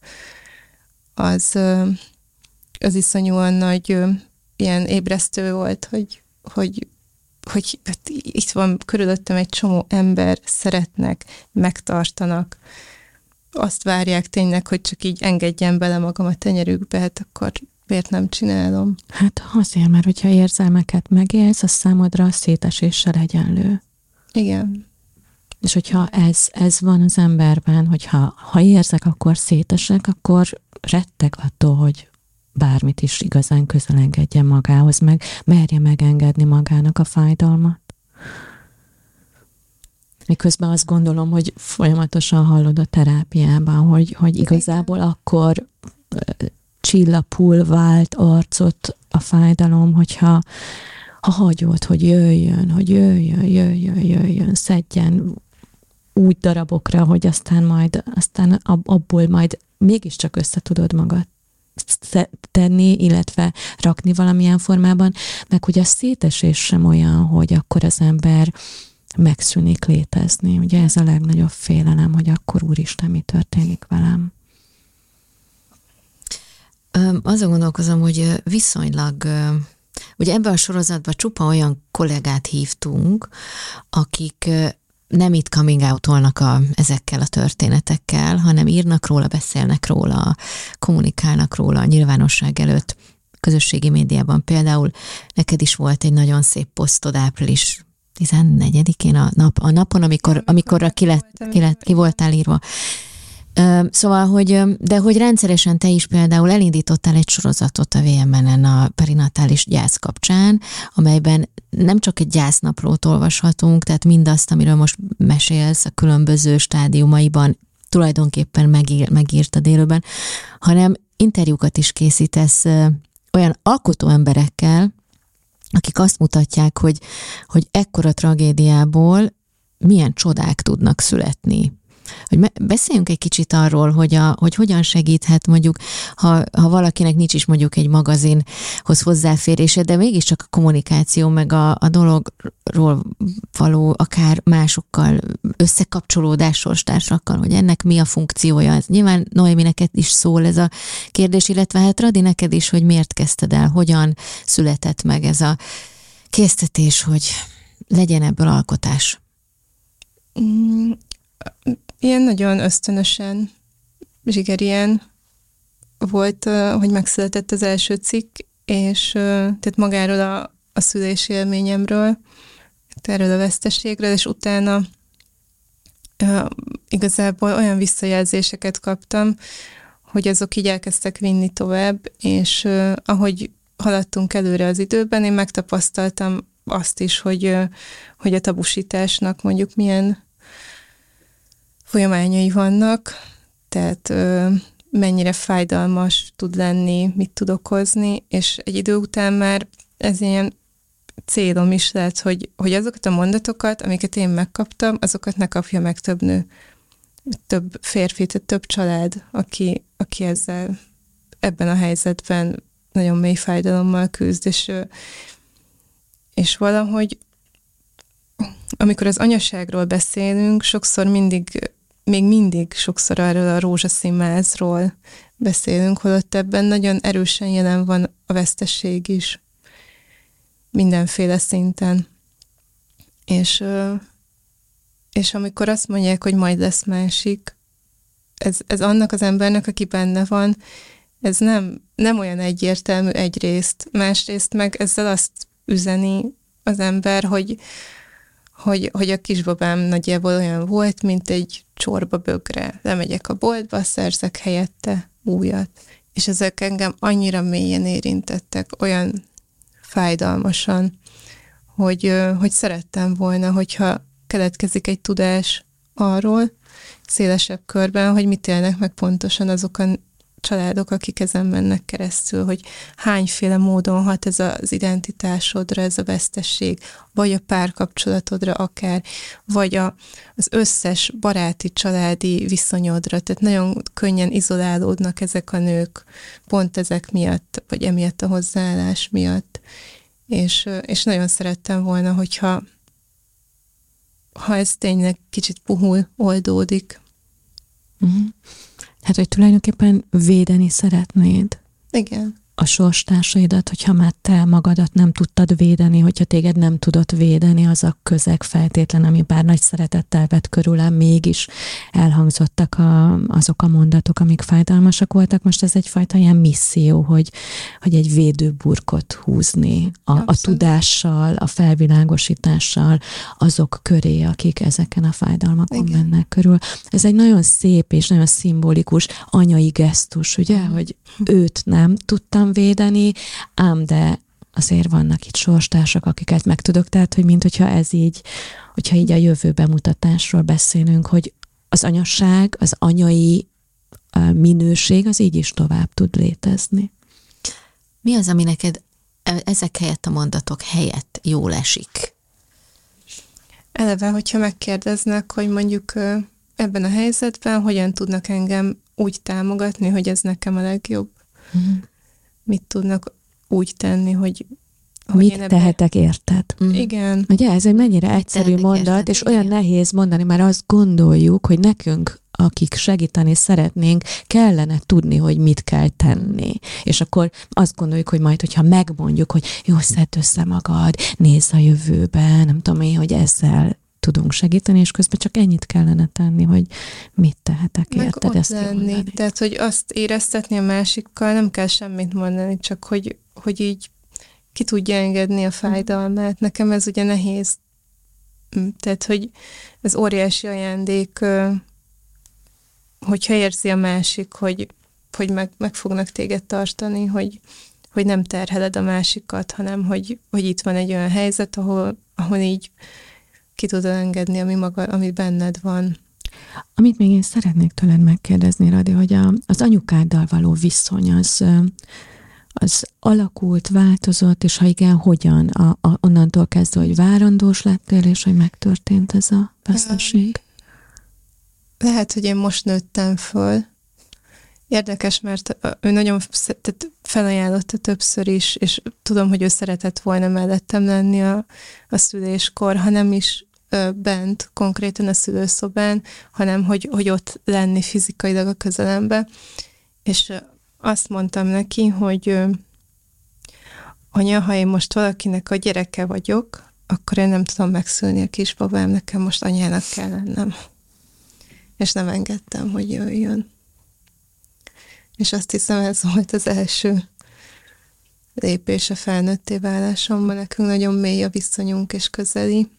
az iszonyúan nagy ilyen ébresztő volt, hogy itt van körülöttem egy csomó ember, szeretnek, megtartanak, azt várják tényleg, hogy csak így engedjem bele magam a tenyerükbe, hát akkor miért nem csinálom? Hát azért, mert hogyha érzelmeket megélsz, az számodra a széteséssel egyenlő. Igen. És hogyha ez van az emberben, hogyha érzek, akkor szétesek, akkor retteg attól, hogy bármit is igazán közel engedjen magához, meg merje megengedni magának a fájdalmat. Miközben azt gondolom, hogy folyamatosan hallod a terápiában, hogy igazából akkor csillapul vált arcot a fájdalom, hogyha hagyod, hogy jöjjön, szedjen úgy darabokra, hogy aztán abból majd mégiscsak össze tudod magad tenni, illetve rakni valamilyen formában, meg hogy a szétesés sem olyan, hogy akkor az ember megszűnik létezni. Ugye ez a legnagyobb félelem, hogy akkor úristen, mi történik velem. Azon gondolkozom, hogy viszonylag, ugye ebben a sorozatban csupa olyan kollégát hívtunk, akik nem itt coming out-olnak ezekkel a történetekkel, hanem írnak róla, beszélnek róla, kommunikálnak róla a nyilvánosság előtt, közösségi médiában. Például neked is volt egy nagyon szép posztod április 14-én a napon, amikor ki voltál írva. Szóval, hogy rendszeresen te is például elindítottál egy sorozatot a VMN-en a perinatális gyász kapcsán, amelyben nem csak egy gyásznapról olvashatunk, tehát mindazt, amiről most mesélsz a különböző stádiumaiban tulajdonképpen megírtad élőben, hanem interjúkat is készítesz olyan alkotó emberekkel, akik azt mutatják, hogy ekkora tragédiából milyen csodák tudnak születni. Hogy beszéljünk egy kicsit arról, hogy hogyan segíthet mondjuk, ha valakinek nincs is mondjuk egy magazinhoz hozzáférése, de mégiscsak a kommunikáció meg a dologról való akár másokkal összekapcsolódás sorstársakkal, hogy ennek mi a funkciója. Ez nyilván Noémi neked is szól ez a kérdés, illetve hát Radi neked is, hogy miért kezdted el, hogyan született meg ez a késztetés, hogy legyen ebből alkotás. Ilyen nagyon ösztönösen, zsigerien volt, hogy megszületett az első cikk, és tehát magáról a szülési élményemről, erről a veszteségről, és utána igazából olyan visszajelzéseket kaptam, hogy azok így elkezdtek vinni tovább, és ahogy haladtunk előre az időben, én megtapasztaltam azt is, hogy a tabusításnak mondjuk milyen folyamányai vannak, tehát mennyire fájdalmas tud lenni, mit tud okozni, és egy idő után már ez ilyen célom is lett, hogy azokat a mondatokat, amiket én megkaptam, azokat ne kapja meg több nő, több férfi, tehát több család, aki ezzel ebben a helyzetben nagyon mély fájdalommal küzd, és valahogy amikor az anyaságról beszélünk, sokszor még mindig sokszor arról a rózsaszín mázról beszélünk, holott ebben nagyon erősen jelen van a vesztesség is. Mindenféle szinten. és amikor azt mondják, hogy majd lesz másik, ez annak az embernek, aki benne van, ez nem olyan egyértelmű egyrészt. Másrészt meg ezzel azt üzeni az ember, hogy a kisbabám nagyjából olyan volt, mint egy csorba bögre. Lemegyek a boltba, szerzek helyette újat. És ezek engem annyira mélyen érintettek, olyan fájdalmasan, hogy szerettem volna, hogyha keletkezik egy tudás arról, szélesebb körben, hogy mit élnek meg pontosan azok a családok, akik ezen mennek keresztül, hogy hányféle módon hat ez az identitásodra, ez a vesztesség, vagy a párkapcsolatodra akár, vagy az összes baráti, családi viszonyodra, tehát nagyon könnyen izolálódnak ezek a nők, pont ezek miatt, vagy emiatt a hozzáállás miatt. És nagyon szerettem volna, hogyha ez tényleg kicsit puhul, oldódik. Uh-huh. Hát, hogy tulajdonképpen védeni szeretnéd. Igen. A sorstársaidat, hogyha már te magadat nem tudtad védeni, hogyha téged nem tudott védeni az a közeg feltétlen, ami bár nagy szeretettel vett körülem, mégis elhangzottak azok a mondatok, amik fájdalmasak voltak. Most ez egyfajta ilyen misszió, hogy egy védőburkot húzni a tudással, a felvilágosítással azok köré, akik ezeken a fájdalmakon mennek körül. Ez egy nagyon szép és nagyon szimbolikus anyai gesztus, ugye, hogy őt nem tudtam védeni, ám de azért vannak itt sorstársak, akiket meg tudok, tehát, hogy hogyha ez így, hogyha így a jövő bemutatásról beszélünk, hogy az anyasság, az anyai minőség, az így is tovább tud létezni. Mi az, ami neked ezek helyett a mondatok helyett jól esik? Eleve, hogyha megkérdeznek, hogy mondjuk ebben a helyzetben hogyan tudnak engem úgy támogatni, hogy ez nekem a legjobb. Mit tudnak úgy tenni, hogy mit tehetek érted? Igen. Ugye ez egy mennyire egyszerű mondat, érted, és olyan nehéz mondani, mert azt gondoljuk, hogy nekünk, akik segíteni szeretnénk, kellene tudni, hogy mit kell tenni. És akkor azt gondoljuk, hogy majd, hogyha megmondjuk, hogy jó, szedd össze magad, nézz a jövőbe, nem tudom én, hogy ezzel tudunk segíteni, és közben csak ennyit kellene tenni, hogy mit tehetek, érted ezt lenni. Tehát, hogy azt éreztetni a másikkal, nem kell semmit mondani, csak hogy így ki tudja engedni a fájdalmát. Nekem ez ugye nehéz. Tehát, hogy ez óriási ajándék, hogyha érzi a másik, hogy meg fognak téged tartani, hogy nem terheled a másikat, hanem hogy itt van egy olyan helyzet, ahol így ki tudod engedni, ami benned van. Amit még én szeretnék tőled megkérdezni, Radi, hogy az anyukáddal való viszony az alakult, változott, és ha igen, hogyan? Onnantól kezdve, hogy várandós lettél, és hogy megtörtént ez a veszteség? Lehet, hogy én most nőttem föl. Érdekes, mert ő nagyon felajánlotta többször is, és tudom, hogy ő szeretett volna mellettem lenni a szüléskor, ha nem is bent, konkrétan a szülőszobán, hanem hogy ott lenni fizikailag a közelembe. És azt mondtam neki, hogy anya, ha én most valakinek a gyereke vagyok, akkor én nem tudom megszülni a kisbabám, nekem most anyának kell lennem. És nem engedtem, hogy jöjjön. És azt hiszem, ez volt az első lépés a felnőtté válásomban. Nekünk nagyon mély a viszonyunk és közeli.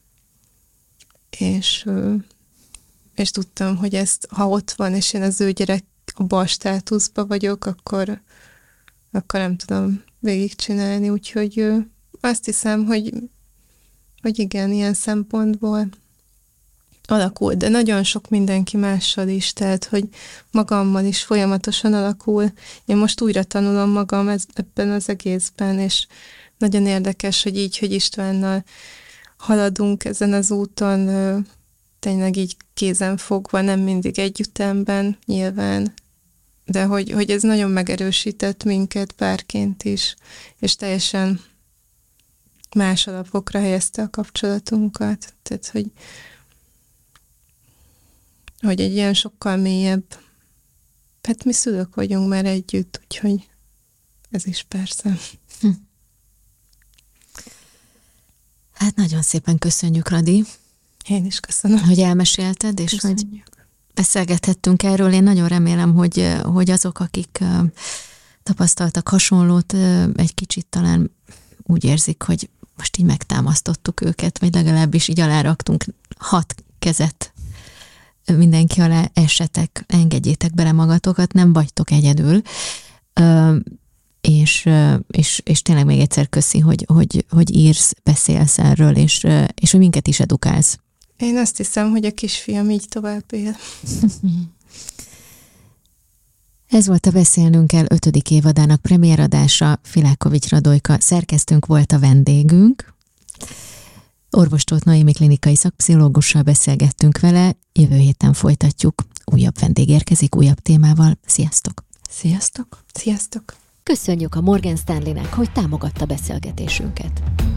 És tudtam, hogy ezt, ha ott van, és én az ő gyerek a bal státuszban vagyok, akkor nem tudom végigcsinálni. Úgyhogy azt hiszem, hogy igen, ilyen szempontból alakul, de nagyon sok mindenki mással is, tehát, hogy magammal is folyamatosan alakul. Én most újra tanulom magam ebben az egészben, és nagyon érdekes, hogy így, hogy Istvánnal haladunk ezen az úton, tényleg így kézenfogva, nem mindig egy ütemben, nyilván, de hogy ez nagyon megerősített minket párként is, és teljesen más alapokra helyezte a kapcsolatunkat. Tehát, hogy egy ilyen sokkal mélyebb, hát mi szülők vagyunk már együtt, úgyhogy ez is persze. Hát nagyon szépen köszönjük, Radi. Én is köszönöm. Hogy elmesélted, és hogy beszélgethettünk erről. Én nagyon remélem, hogy azok, akik tapasztaltak hasonlót, egy kicsit talán úgy érzik, hogy most így megtámasztottuk őket, vagy legalábbis így aláraktunk 6 kezet mindenki alá, essetek, engedjétek bele magatokat, nem vagytok egyedül. És tényleg még egyszer köszi, hogy írsz, beszélsz erről, és hogy minket is edukálsz. Én azt hiszem, hogy a kisfiam így tovább él. Ez volt a Beszélnünk kell 5. évadának premiéradása. Filákovics Radojka szerkesztőnk volt a vendégünk. Orvos Tóth Noémi klinikai szakpszichológussal beszélgettünk vele. Jövő héten folytatjuk. Újabb vendég érkezik, újabb témával. Sziasztok! Sziasztok! Sziasztok! Köszönjük a Morgan Stanleynek, hogy támogatta beszélgetésünket.